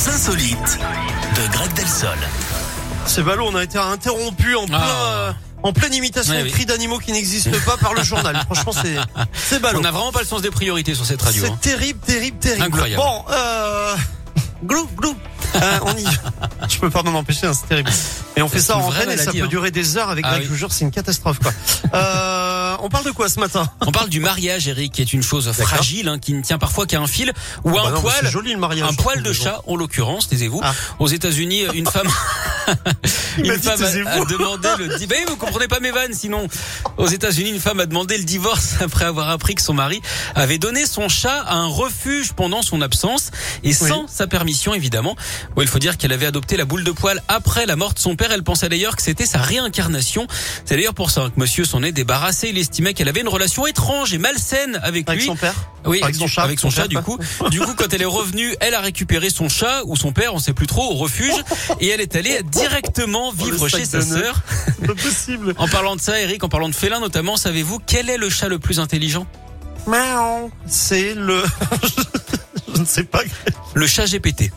réponses insolites de Greg Delsol. C'est ballot, on a été interrompu en pleine imitation de cris d'animaux qui n'existent pas par le journal. Franchement, c'est ballot. On n'a vraiment pas le sens des priorités sur cette radio. C'est terrible. Incroyable. Bon, glou. On y... Je peux pas m'en empêcher, c'est terrible. Et on fait ça en antenne et ça peut durer des heures avec Greg, je vous jure, c'est une catastrophe, quoi. On parle de quoi ce matin? On parle du mariage, Eric, qui est une chose fragile, qui ne tient parfois qu'à un fil ou un poil. C'est joli, le mariage. Un poil de chat, en l'occurrence, taisez-vous. Aux États-Unis, une femme a demandé le divorce. Vous comprenez pas mes vannes, sinon. Aux États-Unis, une femme a demandé le divorce après avoir appris que son mari avait donné son chat à un refuge pendant son absence et sans sa permission, évidemment. Bon, il faut dire qu'elle avait adopté la boule de poil après la mort de son père. Elle pensait d'ailleurs que c'était sa réincarnation. C'est d'ailleurs pour ça que monsieur s'en est débarrassé. Il estimait qu'elle avait une relation étrange et malsaine avec lui. Avec son père? Oui, avec son chat, du coup. Du coup, quand elle est revenue, elle a récupéré son chat ou son père, on sait plus trop, au refuge. Et elle est allée directement vivre chez sa sœur. C'est pas possible. En parlant de ça, Eric, en parlant de félin notamment, savez-vous quel est le chat le plus intelligent? C'est le... Je ne sais pas. Le chat GPT.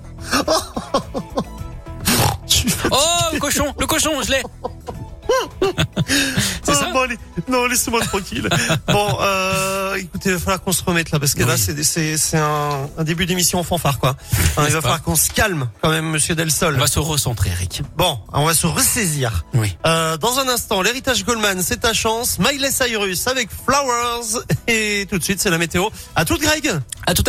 Oh, le cochon, je l'ai. C'est ça? Bon, allez. Non, laissez-moi tranquille. Bon, écoutez, il va falloir qu'on se remette là, parce que là, c'est un début d'émission en fanfare, quoi. Il va falloir qu'on se calme, quand même, monsieur Delsol. On va se recentrer, Eric. Bon, on va se ressaisir. Oui. Dans un instant, l'héritage Goldman, c'est ta chance. Miley Cyrus avec Flowers. Et tout de suite, c'est la météo. À toute, Greg. À tout.